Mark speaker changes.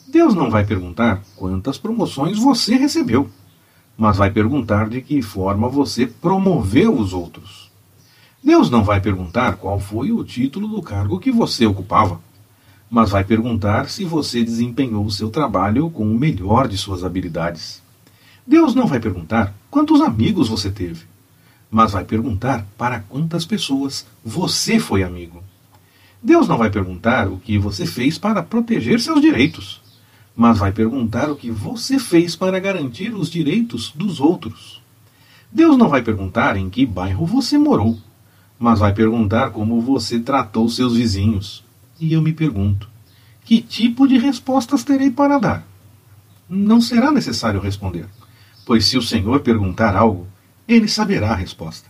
Speaker 1: Deus não vai perguntar quantas promoções você recebeu, mas vai perguntar de que forma você promoveu os outros. Deus não vai perguntar qual foi o título do cargo que você ocupava, mas vai perguntar se você desempenhou o seu trabalho com o melhor de suas habilidades. Deus não vai perguntar quantos amigos você teve, mas vai perguntar para quantas pessoas você foi amigo. Deus não vai perguntar o que você fez para proteger seus direitos, mas vai perguntar o que você fez para garantir os direitos dos outros. Deus não vai perguntar em que bairro você morou, mas vai perguntar como você tratou seus vizinhos. E eu me pergunto, que tipo de respostas terei para dar? Não será necessário responder, pois se o Senhor perguntar algo, ele saberá a resposta.